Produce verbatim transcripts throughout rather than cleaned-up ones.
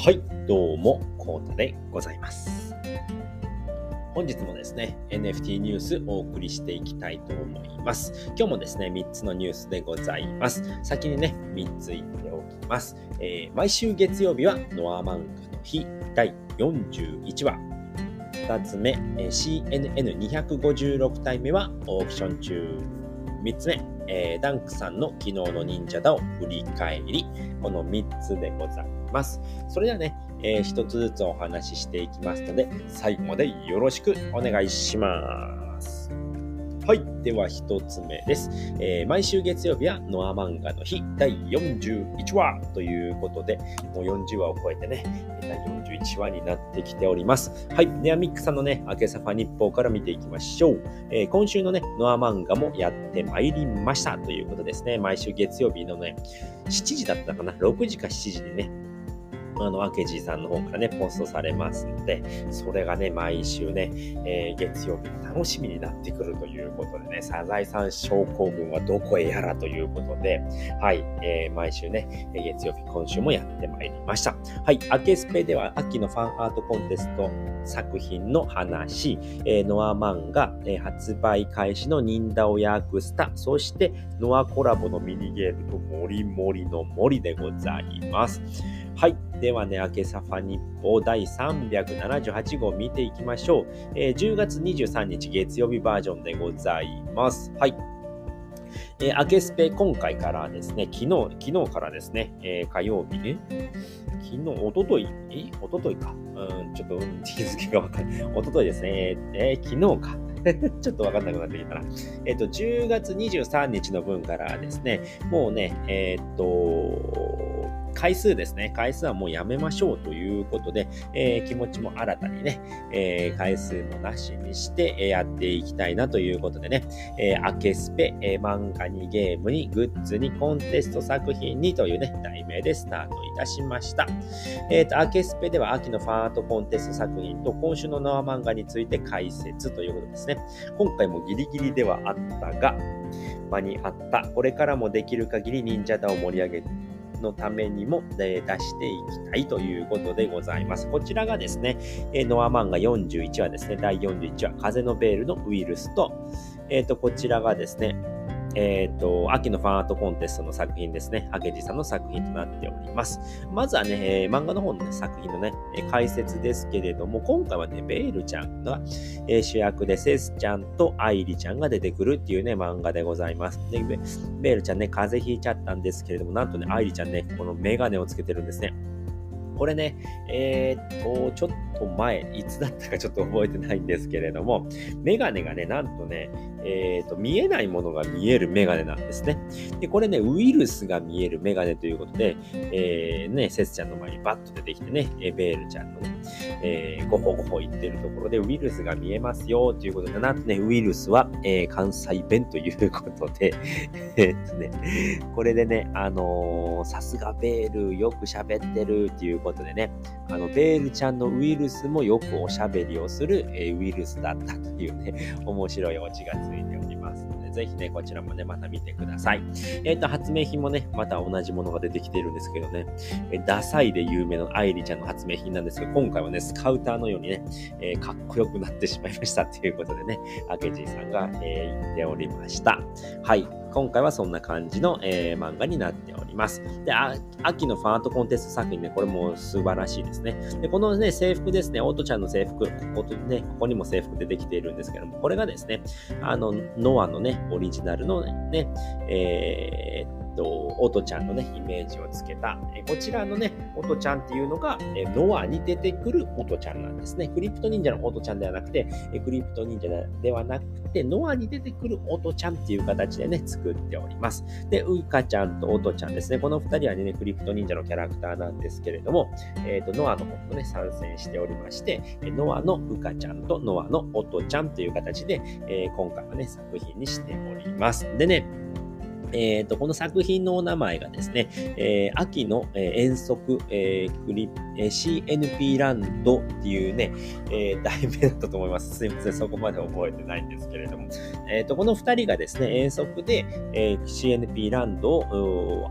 はい、どうも、コウタでございます。本日もですね、エヌエフティー ニュースお送りしていきたいと思います。今日もですね、みっつのニュースでございます。先にね、みっつ言っておきます。えー、毎週月曜日はノア漫画の日だいよんじゅういちわ。ふたつめ、シーエヌエヌにひゃくごじゅうろく 体目はオークション中。みっつめ、えー、ダンクさんの昨日の忍者だを振り返り、このみっつでございます。それではね、えー、ひとつずつお話ししていきますので、最後までよろしくお願いします。はい。ではひとつめです。えー、毎週月曜日はノア漫画の日だいよんじゅういちわということで、もうよんじゅうわを超えてね、だいよんじゅういちわになってきております。はい。ではミックさんのね、明けさファ日報から見ていきましょう。えー、今週のね、ノア漫画もやってまいりましたということですね。毎週月曜日のね、しちじだったかな、ろくじかしちじにね、あの、アケジーさんの方からね、ポストされますので、それがね、毎週ね、えー、月曜日楽しみになってくるということでね、サザエさん症候群はどこへやらということで、はい、えー、毎週ね、月曜日、今週もやってまいりました。はい、アケスペでは秋のファンアートコンテスト作品の話、えー、ノア漫画、えー、発売開始のニンダオヤークスタ、そしてノアコラボのミニゲームとモリモリのモリでございます。はい。ではね、明けさファ日報だいさんびゃくななじゅうはちごう見ていきましょう。えー、じゅうがつにじゅうさんにち月曜日バージョンでございます。はい。えー、明けスペ今回からですね、昨日、昨日からですね、えー、火曜日ね、昨日、おととい、えおとといか。うん、ちょっと日付がわかんない。おとといですね。えー、昨日か。ちょっとわかんなくなってきたな。えっと、じゅうがつにじゅうさんにちの分からですね、もうね、えー、っと、回数ですね。回数はもうやめましょうということで、えー、気持ちも新たにね、えー、回数もなしにして、えー、やっていきたいなということでね、えー、アケスペ、えー、漫画にゲームにグッズにコンテスト作品にというね、題名でスタートいたしました。えっと、アケスペでは秋のファンアートコンテスト作品と今週のノア漫画について解説ということですね。今回もギリギリではあったが、間に合った。これからもできる限り忍者だを盛り上げのためにも、えー、出していきたいということでございます。こちらがですね、えー、ノア漫画よんじゅういちわですね、だいよんじゅういちわ、風のベールのウイルスと、えっと、こちらがですね、えっと、秋のファンアートコンテストの作品ですね。アケジさんの作品となっております。まずはね、えー、漫画の方の、ね、作品のね、解説ですけれども、今回はね、ベールちゃんが、えー、主役で、セスちゃんとアイリちゃんが出てくるっていうね、漫画でございます。で、ベールちゃんね、風邪ひいちゃったんですけれども、なんとね、アイリちゃんね、このメガネをつけてるんですね。これね、えー、っと、ちょっと前、いつだったかちょっと覚えてないんですけれども、メガネがね、なんとね、えー、っと、見えないものが見えるメガネなんですね。で、これね、ウイルスが見えるメガネということで、えー、ね、セスちゃんの前にバッと出てきてね、ベールちゃんのね、えー、ゴホゴホ言ってるところでウイルスが見えますよということで、なんとね、ウイルスは、えー、関西弁ということで、えー、っとね、これでね、あのー、さすがベールよく喋ってるっていうことでね、あの、ベールちゃんのウイルスもよくおしゃべりをする、えー、ウイルスだったというね、面白いオチがついておりますので、ぜひね、こちらもね、また見てください。えっと、発明品もね、また同じものが出てきているんですけどね、えー、ダサいで有名なアイリちゃんの発明品なんですけど、今回はね、スカウターのようにね、えー、かっこよくなってしまいましたということでね、アケジーさんが、えー、言っておりました。はい。今回はそんな感じの、えー、漫画になっております。で、秋のファンアートコンテスト作品ね、これも素晴らしいですね。で、このね、制服ですね、オートちゃんの制服、こことね、ここにも制服出てきているんですけども、これがですね、あの、ノアのね、オリジナルのね、えーオトちゃんのね、イメージをつけた、えこちらのね、オトちゃんっていうのが、えノアに出てくるオトちゃんなんですね。クリプト忍者のオトちゃんではなくて、えクリプト忍者ではなくて、ノアに出てくるオトちゃんっていう形でね、作っております。で、ウイカちゃんとオトちゃんですね。この二人はね、クリプト忍者のキャラクターなんですけれども、えっと、ノアの方とね、参戦しておりまして、ノアのウカちゃんとノアのオトちゃんという形で、えー、今回はね、作品にしております。でね、えーと、この作品のお名前がですね、えー、秋の、えー、遠足、えークリえー、シーエヌピー ランドっていうね、えー、題名だったと思います。すいません、そこまで覚えてないんですけれども。えーと、この二人がですね、遠足で、えー、シーエヌピー ランドを遊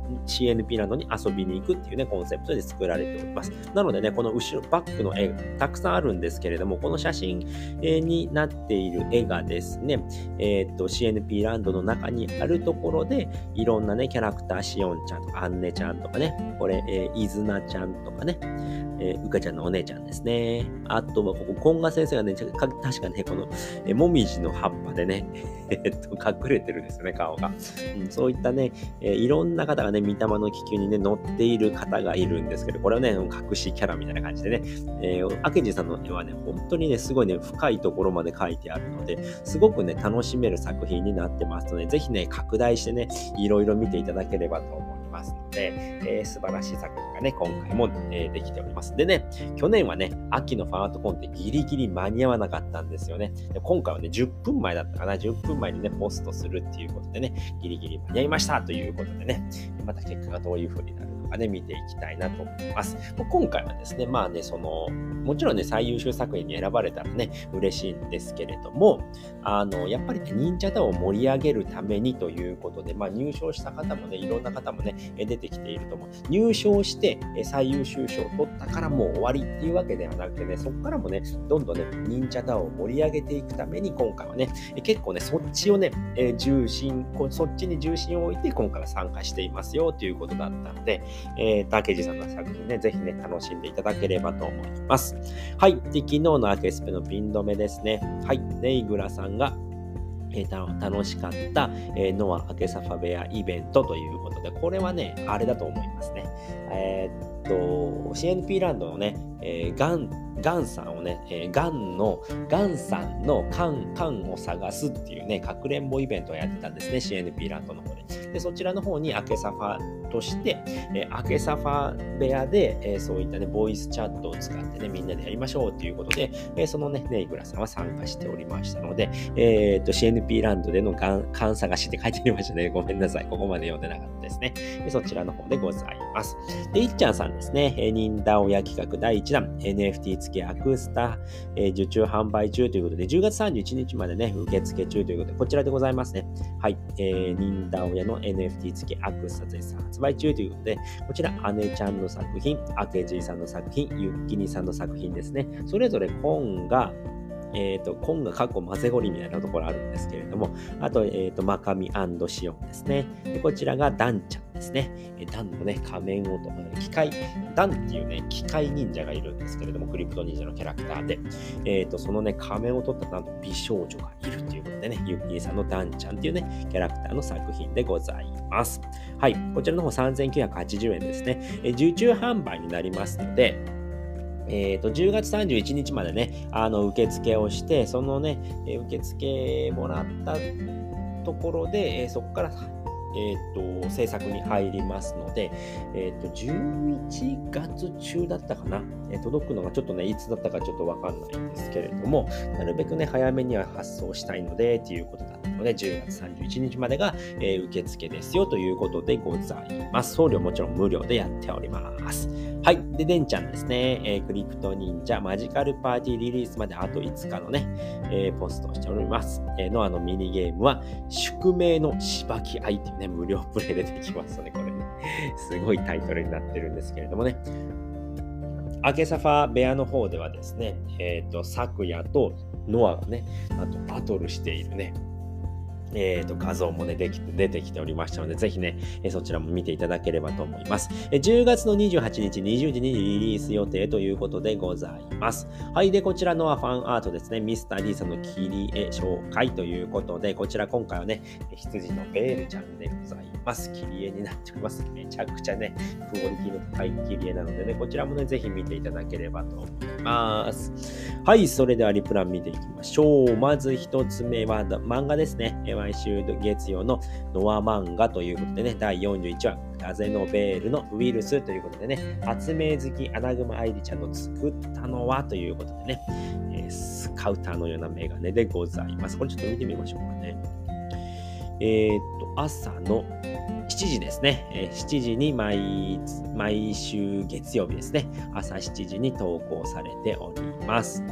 シーエヌピー ランドに遊びに行くっていうね、コンセプトで作られております。なのでね、この後ろ、バックの絵、たくさんあるんですけれども、この写真になっている絵がですね、えー、っと、シーエヌピー ランドの中にあるところで、いろんなね、キャラクター、しおんちゃんとか、あんねちゃんとかね、これ、えー、いずなちゃんとかね、えー、うかちゃんのお姉ちゃんですね。あとは、ここ、こんが先生がね、確かね、この、えー、もみじの葉っぱでね、えっと、隠れてるんですよね、顔が。うん、そういったね、えー、いろんな方がね、御霊の気球にね、乗っている方がいるんですけど、これはね、隠しキャラみたいな感じでね、えー、明治さんの絵はね、本当にね、すごいね、深いところまで描いてあるので、すごくね、楽しめる作品になってますので、ぜひね、拡大してね、いろいろ見ていただければと思いますので、えー、素晴らしい作品がね、今回も、えー、できております。でね、去年はね、秋のファンアートコンテギリギリ間に合わなかったんですよね。で今回はね、じゅっぷんまえだったかな、じゅっぷんまえにね、ポストするっていうことでね、ギリギリ間に合いましたということでね、また結果がどういう風になるのかね、見ていきたいなと思います。今回はですね、まあね、その、もちろんね、最優秀作品に選ばれたらね、嬉しいんですけれども、あの、やっぱりね、忍者ダを盛り上げるためにということで、まあ入賞した方もね、いろんな方もね、出てきていると思う。入賞して最優秀賞を取ったからもう終わりっていうわけではなくてね、そこからもね、どんどんね、忍者ダを盛り上げていくために、今回はね、結構ね、そっちをね、重心、そっちに重心を置いて今回は参加していますよということだったので、えー、竹地さんの作品ね、ぜひね、楽しんでいただければと思います。はい。で、昨日のアケスペのピン止めですね。はい。ネイグラさんが、えー、楽しかった、えー、ノア・アケサファベアイベントということで、これはね、あれだと思いますね。えー、っと、シーエヌピー ランドのね、えー、ガン、ガンさんをね、えー、ガンの、ガンさんのカン、カンを探すっていうね、かくれんぼイベントをやってたんですね、シーエヌピー ランドの方で。で、そちらの方にアケサファとして、えー、アケサファ部屋で、えー、そういったね、ボイスチャットを使ってね、みんなでやりましょうということで、えー、そのね、ネイグラさんは参加しておりましたので、えー、っと、シーエヌピー ランドでのガン、カン探しって書いてありましたね。ごめんなさい。ここまで読んでなかったですね。でそちらの方でございます。で、いっちゃんさんですね、えー、ニンダオヤ企画だいいちだん、エヌエフティー 付きアクスタ、えー、受注販売中ということで、じゅうがつさんじゅういちにちまでね、受付中ということで、こちらでございますね。はい。えー、ニンダオヤの エヌエフティー 付きアクスタ絶賛発売中ということで、こちら、姉ちゃんの作品、アケジーさんの作品、ユッキニさんの作品ですね。それぞれ本が、えっと、今が過去混ぜゴリみたいなところあるんですけれども、あと、えっと、マカミ&シオンですね。でこちらがダンちゃんですね。ダンのね、仮面をと、機械、ダンっていうね、機械忍者がいるんですけれども、クリプト忍者のキャラクターで、えっと、そのね、仮面を取ったなんと美少女がいるということでね、ユッキーさんのダンちゃんっていうね、キャラクターの作品でございます。はい。こちらの方さんぜんきゅうひゃくはちじゅうえんですね。え受注販売になりますので、えーと、じゅうがつさんじゅういちにちまでね、あの、受付をして、そのね、えー、受付もらったところで、えー、そこから、えーと、制作に入りますので、えーと、じゅういちがつ中だったかな、えー、届くのがちょっとね、いつだったかちょっとわかんないんですけれども、なるべくね、早めには発送したいので、ということだったので、じゅうがつさんじゅういちにちまでが、えー、受付ですよということでございます。送料もちろん無料でやっております。はい。で、デンちゃんですね。えー、クリプト忍者マジカルパーティーリリースまであといつかのね、えー、ポストをしております。えー、のあのミニゲームは、宿命のしばき合いっていうね、無料プレイでできますので、これね、すごいタイトルになってるんですけれどもね。アケサファ部屋の方ではですね、えっと、サクヤとノアがね、あとバトルしているね、えーと、画像もね、できて、出てきておりましたので、ぜひね、えー、そちらも見ていただければと思います。えー、じゅうがつのにじゅうはちにちにじゅうじにリリース予定ということでございます。はい。で、こちらのファンアートですね、ミスター D さんの切り絵紹介ということで、こちら今回はね、羊のベールちゃんでございます。切り絵になっております。めちゃくちゃね、クオリティの高い切り絵なのでね、こちらもね、ぜひ見ていただければと思います。はい。それではリプラン見ていきましょう。まず一つ目は漫画ですね。毎週月曜のノア漫画ということでね、だいよんじゅういちわ、ガゼノベールのウイルスということでね、発明好きアナグマ愛理ちゃんの作ったのはということでね、えー、スカウターのようなメガネでございます。これちょっと見てみましょうかね。えー、っと、朝のしちじですね。えー、しちじに 毎, 毎週月曜日ですね。朝しちじに投稿されております。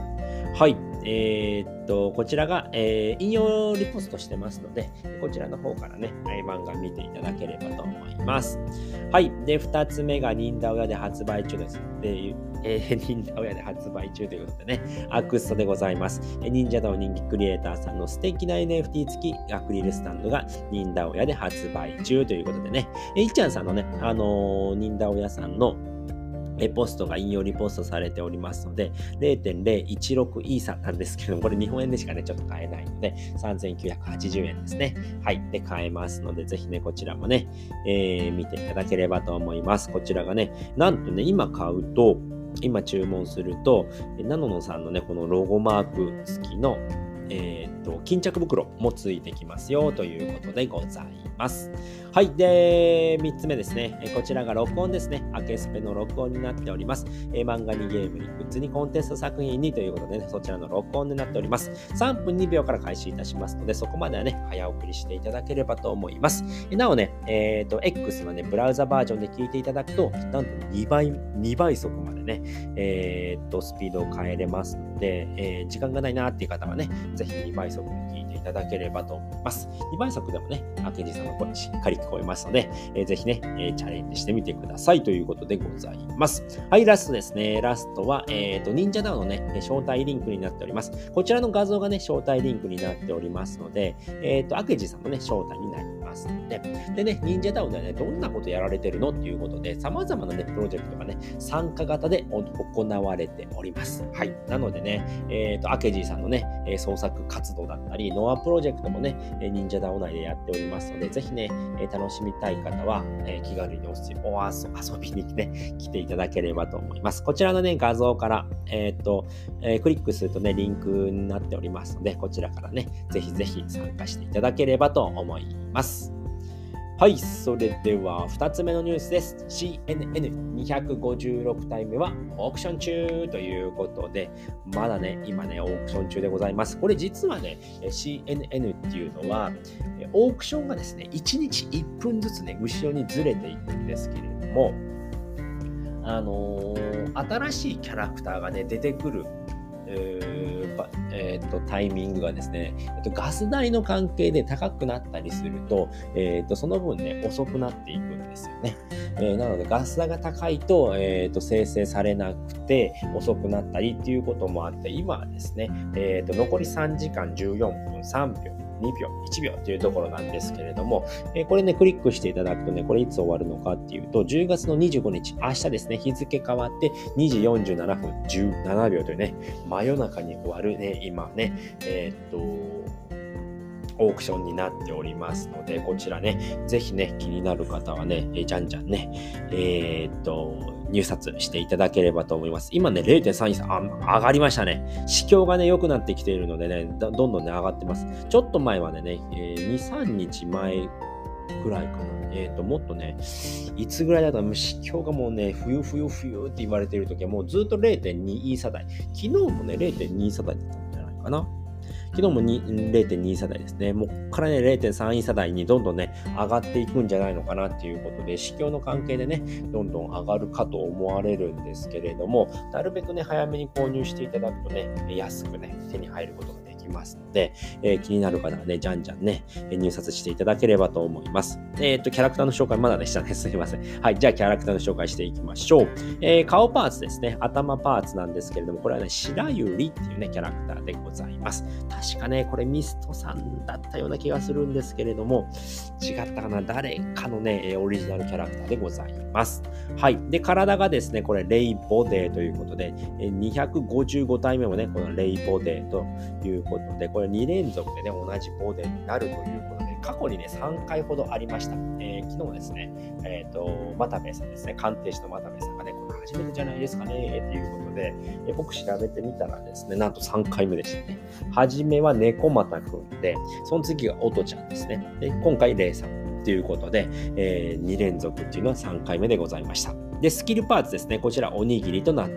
はい。えーっと、こちらが、えー引用リポストしてますので、こちらの方からね、漫画見ていただければと思います。はい。で、二つ目が忍者親で発売中です。で、えー、忍者親で発売中ということでね、アクストでございます。忍者ダオ人気クリエイターさんの素敵な エヌエフティー 付きアクリルスタンドが忍者親で発売中ということでね、えいっちゃんさんのね、あのー、忍者親さんのポストが引用リポストされておりますので、ゼロてんゼロいちろくイーサなんですけども、これ日本円でしかね、ちょっと買えないので、さんぜんきゅうひゃくはちじゅうえんですね。はい。で、買えますので、ぜひね、こちらもね、えー、見ていただければと思います。こちらがね、なんとね、今買うと、今注文すると、ナノノさんのね、このロゴマーク付きの、えー、っと、巾着袋もついてきますよということでございます。はい。で、みっつめですね。こちらが録音ですね。アケスペの録音になっております。えー、漫画にゲームにグッズにコンテスト作品にということでね、そちらの録音になっております。さんぷんにびょうから開始いたしますので、そこまではね、早送りしていただければと思います。なおね、えっと、X のね、ブラウザバージョンで聞いていただくと、なんとにばい、にばい速までね、えっと、スピードを変えれますので、えー、時間がないなーっていう方はね、ぜひにばい速で聞いていただければと思います。にばい速でもね、明治さんの声しっかり聞こえますので、えー、ぜひね、えー、チャレンジしてみてくださいということでございます。はい、ラストですね。ラストは、えっと、忍者ダウのね、招待リンクになっております。こちらの画像がね、招待リンクになっておりますので、えっと、明治さんのね、招待になりますので、でね、忍者ダウンではね、どんなことやられてるのっていうことで、様々なね、プロジェクトがね、参加型で行われております。はい。なのでね、えっと、明治さんのね、創作活動だったり、ノアプロジェクトもね、忍者ダウン内でやっておりますので、ぜひね、楽しみたい方は、えー、気軽にお遊びに、ね、来ていただければと思います。こちらのね、画像から、えー、っと、えー、クリックするとね、リンクになっておりますので、こちらからね、ぜひぜひ参加していただければと思います。はい、それではふたつめのニュースです。シーエヌエヌにひゃくごじゅうろく 体目はオークション中ということで、まだね、今ね、オークション中でございます。これ実はね、シーエヌエヌ っていうのは、オークションがですね、いちにちいっぷんずつね、後ろにずれていくんですけれども、あのー、新しいキャラクターがね、出てくる。えーえー、とタイミングがですね、えー、とガス代の関係で高くなったりすると、えー、とその分ね遅くなっていくんですよね。えー、なのでガス代が高いと、えー、と生成されなくて遅くなったりっていうこともあって、今はですね、えー、と残りさんじかんじゅうよんぷんさんびょうにびょう、いちびょうというところなんですけれども、えー、これね、クリックしていただくとね、これいつ終わるのかっていうと、じゅうがつのにじゅうごにち、明日ですね、日付変わってにじよんじゅうななふんじゅうななびょうというね、真夜中に終わるね、今ね、えー、っと、オークションになっておりますので、こちらね、ぜひね、気になる方はね、えー、じゃんじゃんね、えー、っと、入札していただければと思います。今ね、れいてんさんいさ、あ、上がりましたね。市況がね、良くなってきているのでね、どんどんね、上がってます。ちょっと前までね、えー、に、さんにちまえくらいかな。えっと、もっとね、いつぐらいだったら、市況がもうね、冬冬冬って言われているときは、もうずっと れいてんに イーサ台。昨日もね、れいてんに イーサ台だったんじゃないかな。昨日も れいてんに イーサ台ですね。もうここからね れいてんさん イーサ台にどんどんね上がっていくんじゃないのかなっていうことで、市況の関係でねどんどん上がるかと思われるんですけれども、なるべくね早めに購入していただくとね安くね手に入ることができますので、えー、気になる方はねじゃんじゃんね入札していただければと思います。えっとキャラクターの紹介まだでしたね。すいません。はい、じゃあキャラクターの紹介していきましょう。えー、顔パーツですね。頭パーツなんですけれども、これはね白百合っていうねキャラクターでございます。確かねこれミストさんだったような気がするんですけれども、違ったかな、誰かのねオリジナルキャラクターでございます。はい。で体がですねこれレイボデーということで、にひゃくごじゅうごたいめもねこのレイボデーということで、これにれんぞくでね同じボデーになるということで、過去にねさんかいほどありました。えー、昨日ですね、えっと又部さんですね、鑑定士の又部さんがねこれ初めてじゃないですかねっていうことで、え僕調べてみたらですね、なんとさんかいめでしたね。初めは猫又くんで、その次が音ちゃんですね。で今回レイさんということで、えー、にれんぞくっていうのはさんかいめでございました。でスキルパーツですね、こちらおにぎりとなっております。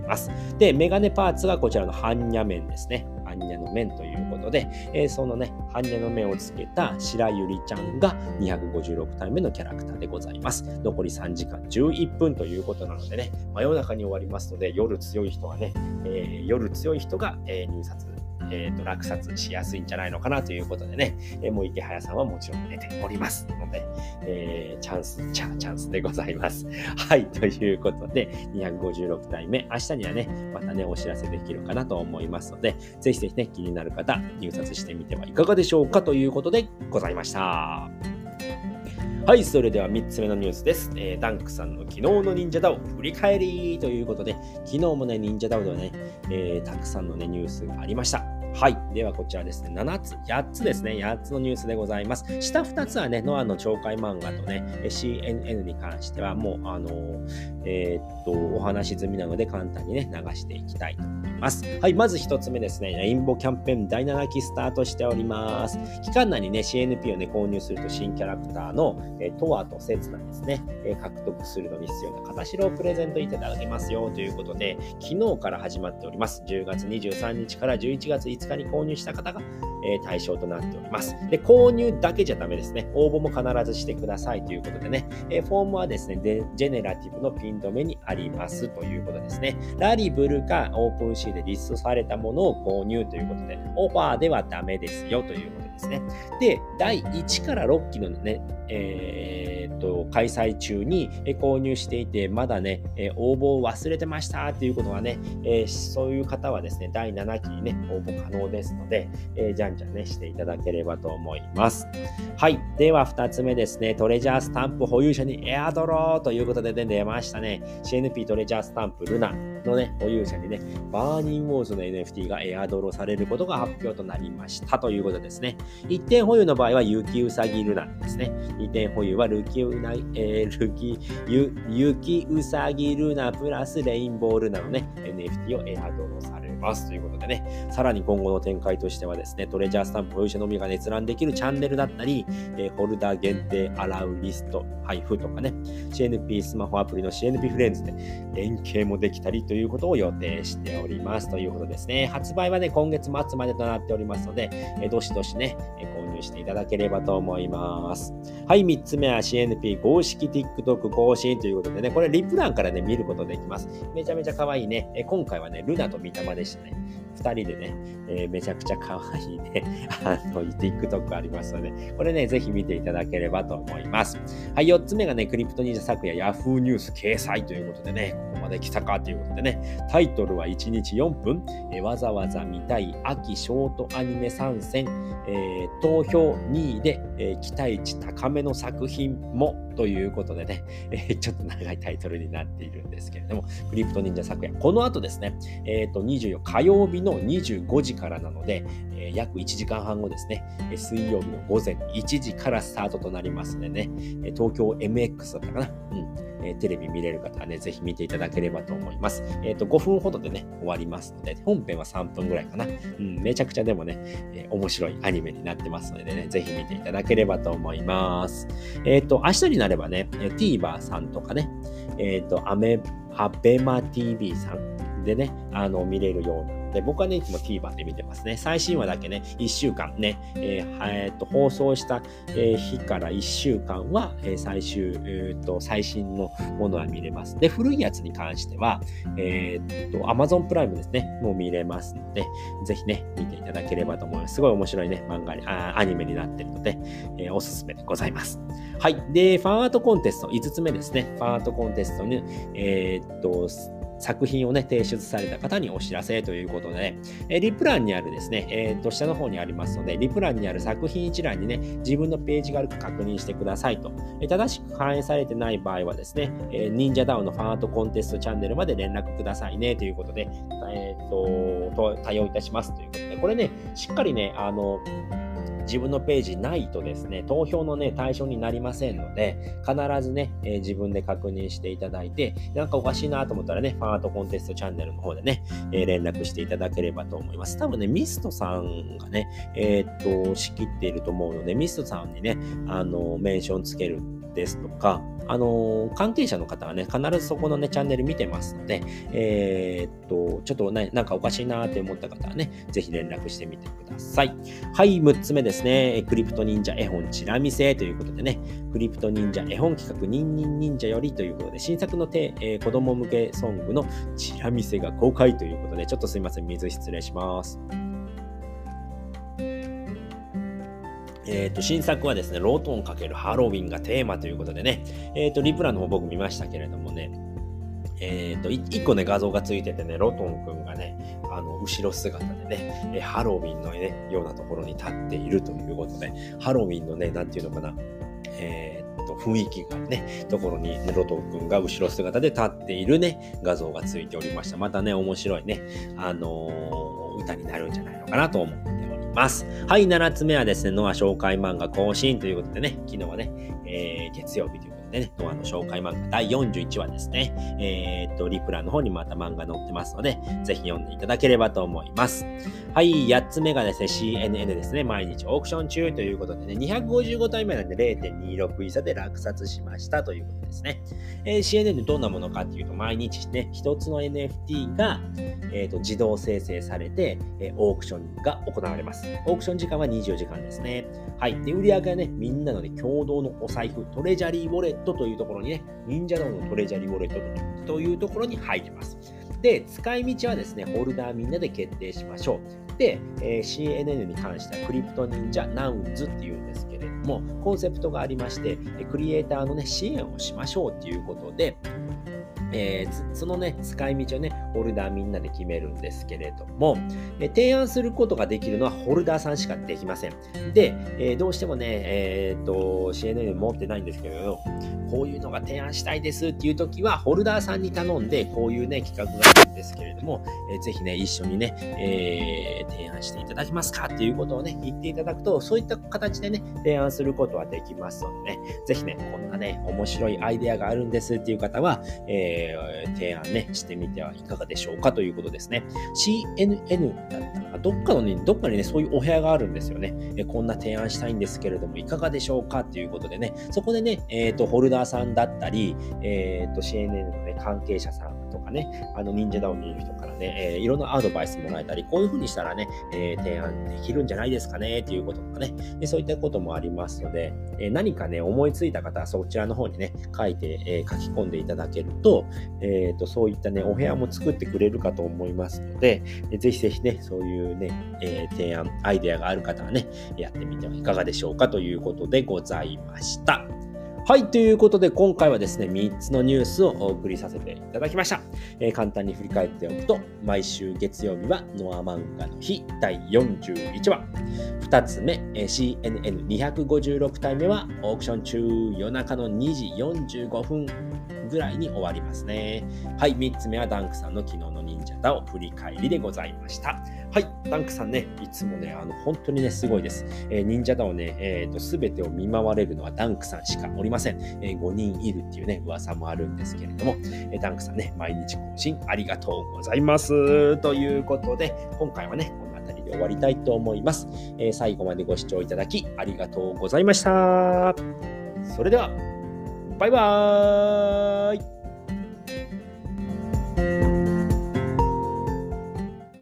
ます。で、メガネパーツがこちらの般若面ですね。般若の面ということで、えー、そのね、般若の面をつけた白百合ちゃんがにひゃくごじゅうろく体目のキャラクターでございます。残りさんじかんじゅういっぷんということなのでね、真夜中に終わりますので、夜強い人はね、えー、夜強い人が、えー、入札えー、と落札しやすいんじゃないのかなということでね、えー、もう池早さんはもちろん出ておりますので、えー、チャンス、チャチャンスでございます。はい、ということで、にひゃくごじゅうろく体目、明日にはね、またね、お知らせできるかなと思いますので、ぜひぜひね、気になる方、入札してみてはいかがでしょうかということでございました。はい、それではみっつめのニュースです。えー、ダンクさんの昨日の忍者ダオ振り返りということで、昨日もね、忍者ダオではね、えー、たくさんのね、ニュースがありました。はい。ではこちらですね、ななつ、やっつですね、やっつのニュースでございます。下ふたつはね、ノアの懲戒漫画とね、シーエヌエヌ に関してはもう、あのー、えー、っと、お話し済みなので簡単にね、流していきたいと思います。はい。まずひとつめですね、レインボーキャンペーンだいななきスタートしております。期間内にね、シーエヌピー をね、購入すると新キャラクターの、えー、トアとセツナですね、えー、獲得するのに必要な片白をプレゼントいただけますよということで、昨日から始まっております。じゅうがつにじゅうさんにちからじゅういちがついつかに購入した方が、えー、対象となっております。で、購入だけじゃダメですね。応募も必ずしてくださいということでね、えー、フォームはですね、でジェネラティブのピン止めにありますということですね。ラリブルかオープンシーでリストされたものを購入ということで、オファーではダメですよということですね。で、だいいちからろっきのね、えー、っと開催中に購入していてまだね、えー、応募を忘れてましたということはね、えー、そういう方はですねだいななきにね応募可能ですので、えー、じゃんじゃんねしていただければと思います。はい。ではふたつめですね、トレジャースタンプ保有者にエアドローということで、ね、出ましたね。 シーエヌピー トレジャースタンプルナのね保有者にねバーニングウォーズの エヌエフティー がエアドローされることが発表となりましたということですね。いってん保有の場合は雪うさぎルナですね。にてん保有はルキウナ、えー、ルキゆ雪うさぎルナプラスレインボールナのね エヌエフティー をエアドローされますということでね、さらに今後の展開としてはですね、トレジャースタンプ保有者のみが閲覧できるチャンネルだったり、えー、ホルダー限定アラウリスト配布とかね、シーエヌピー スマホアプリの シーエヌピー フレンズで連携もできたりということを予定しておりますということですね。発売はね今月末までとなっておりますので、えー、どしどしね購入していただければと思います。はい、みっつめは シーエヌピー 公式 TikTok 更新ということでね、これリプランからね見ることできます。めちゃめちゃ可愛いね。え今回はねルナとミタマでしたね。ふたりでね、えー、めちゃくちゃ可愛いねあの TikTok ありますので、これねぜひ見ていただければと思います。はい、よっつめがねクリプト忍者昨夜 Yahoo ニュース掲載ということでね、ここまで来たかということでね、タイトルはいちにちよんぷん、えー、わざわざ見たい秋ショートアニメ参戦、えー、投票にいで、えー、期待値高めの作品もということでね、えー、ちょっと長いタイトルになっているんですけれども、クリプト忍者昨夜、この後ですね、えー、とにじゅうよっか火曜日のにじゅうごじからなので、えー、約いちじかんはんごですね、水曜日のごぜんいちじからスタートとなりますのでね、東京 エムエックス だったかな、うんえー、テレビ見れる方はね、ぜひ見ていただければと思います。えっと、ごふんほどでね、終わりますので、本編はさんぷんぐらいかな。うん、めちゃくちゃでもね、えー、面白いアニメになってますのでね、ぜひ見ていただければと思います。えっと、明日になればね、TVer さんとかね、えっと、アメ、アベマ ティーブイ さんでね、あの、見れるようなで、僕はね、いつも TVer で見てますね。最新話だけね、いっしゅうかんね、えーえー、と放送した、えー、日からいっしゅうかんは、えー、最終、えーと、最新のものは見れます。で、古いやつに関しては、えー、と Amazon プライムですね、もう見れますので、ぜひね、見ていただければと思います。すごい面白いね、漫画に、あアニメになっているので、えー、おすすめでございます。はい。で、ファンアートコンテスト、いつつめですね、ファンアートコンテストに、えー、と、作品をね、提出された方にお知らせということで、えリプランにあるですね、えー、と下の方にありますので、リプランにある作品一覧にね、自分のページがあるか確認してくださいと。え正しく反映されてない場合はですね、えー、忍者ダウンのファンアートコンテストチャンネルまで連絡くださいねということで、えー、と対応いたしますということで、これね、しっかりね、あの、自分のページないとですね、投票のね、対象になりませんので、必ずね、えー、自分で確認していただいて、なんかおかしいなと思ったらね、ファンアートコンテストチャンネルの方でね、えー、連絡していただければと思います。多分ね、ミストさんがね、えー、っと、仕切っていると思うので、ミストさんにね、あの、メンションつけるですとか、あのー、関係者の方はね、必ずそこのね、チャンネル見てますので、えー、っと、ちょっとね、なんかおかしいなーって思った方はね、ぜひ連絡してみてください。はい、むっつめですね、クリプト忍者絵本チラ見せということでね、クリプト忍者絵本企画ニンニン忍者よりということで、新作のて、えー、子供向けソングのチラ見せが公開ということで、ちょっとすいません、水失礼します。えーと、新作はですね、ロートン×ハロウィンがテーマということでね、えーと、リプランの方僕見ましたけれどもね、えーと、いっこね、画像がついててね、ロトンくんがね、あの、後ろ姿でね、えハロウィンのね、ようなところに立っているということで、ハロウィンのね、なんていうのかな、えーと、雰囲気がね、ところに、ね、ロトンくんが後ろ姿で立っているね、画像がついておりました。またね、面白いね、あのー、歌になるんじゃないのかなと思っております。はい、ななつめはですね、ノア紹介漫画更新ということでね、昨日はね、えー、月曜日ということでね、ノアの紹介漫画だいよんじゅういちわですね、えー、っと、リプラの方にまた漫画載ってますので、ぜひ読んでいただければと思います。はい、やっつめがですね、シーエヌエヌ ですね、毎日オークション中ということでね、にひゃくごじゅうごたいめなんで れいてんにろく イーサで落札しましたということですね。えー、シーエヌエヌ どんなものかっていうと、毎日ね、一つの エヌエフティー が、えー、と自動生成されて、えー、オークションが行われます。オークション時間はにじゅうよじかんですね。はい。で、売り上げはね、みんなのね、共同のお財布、トレジャリーウォレットというところにね、忍者ダウンのトレジャリーウォレットというところに入ります。で、使い道はですね、ホルダーみんなで決定しましょう。で、えー、シーエヌエヌ に関してはクリプト忍者ナウンズっていうんですけれども、コンセプトがありまして、クリエイターのね、支援をしましょうっていうことで、えー、そのね、使い道をね、ホルダーみんなで決めるんですけれども、えー、提案することができるのはホルダーさんしかできません。で、えー、どうしてもね、えー、っと、シーエヌエヌ 持ってないんですけれど、こういうのが提案したいですっていう時は、ホルダーさんに頼んで、こういうね、企画があるんですけれども、えー、ぜひね、一緒にね、えー、提案していただけますかっていうことをね、言っていただくと、そういった形でね、提案することはできますのでね、ぜひね、こんなね、面白いアイデアがあるんですっていう方は、えー提案ね、してみてはいかがでしょうかということですね。シーエヌエヌ だったら、どっかのね、どっかにね、そういうお部屋があるんですよね。えこんな提案したいんですけれども、いかがでしょうかということでね、そこでね、えっと、ホルダーさんだったり、えっと、シーエヌエヌ のね、関係者さんとかね、あの、忍者ダウンにいる人からね、えー、いろんなアドバイスもらえたり、こういう風にしたらね、えー、提案できるんじゃないですかね、っていうこととかね、でそういったこともありますので、えー、何かね、思いついた方はそちらの方にね、書いて、えー、書き込んでいただけると、えっと、そういったね、お部屋も作ってくれるかと思いますので、えー、ぜひぜひね、そういうね、えー、提案、アイデアがある方はね、やってみてはいかがでしょうかということでございました。はい。ということで、今回はですね、みっつのニュースをお送りさせていただきました。えー、簡単に振り返っておくと、毎週月曜日はノア漫画の日だいよんじゅういちわ。ふたつめ、えー、シーエヌエヌにひゃくごじゅうろくたいめはオークション中、夜中のにじよんじゅうごふんぐらいに終わりますね。はい。みっつめはダンクさんの昨日の忍者だを振り返りでございました。はい。ダンクさんね、いつもね、あの、本当にね、すごいです。えー、忍者だをね、えっと、すべてを見回れるのはダンクさんしかおりません。えー、ごにんいるっていうね、噂もあるんですけれども、えー、ダンクさんね、毎日更新ありがとうございます。ということで、今回はね、この辺りで終わりたいと思います。えー、最後までご視聴いただきありがとうございました。それでは、バイバーイ。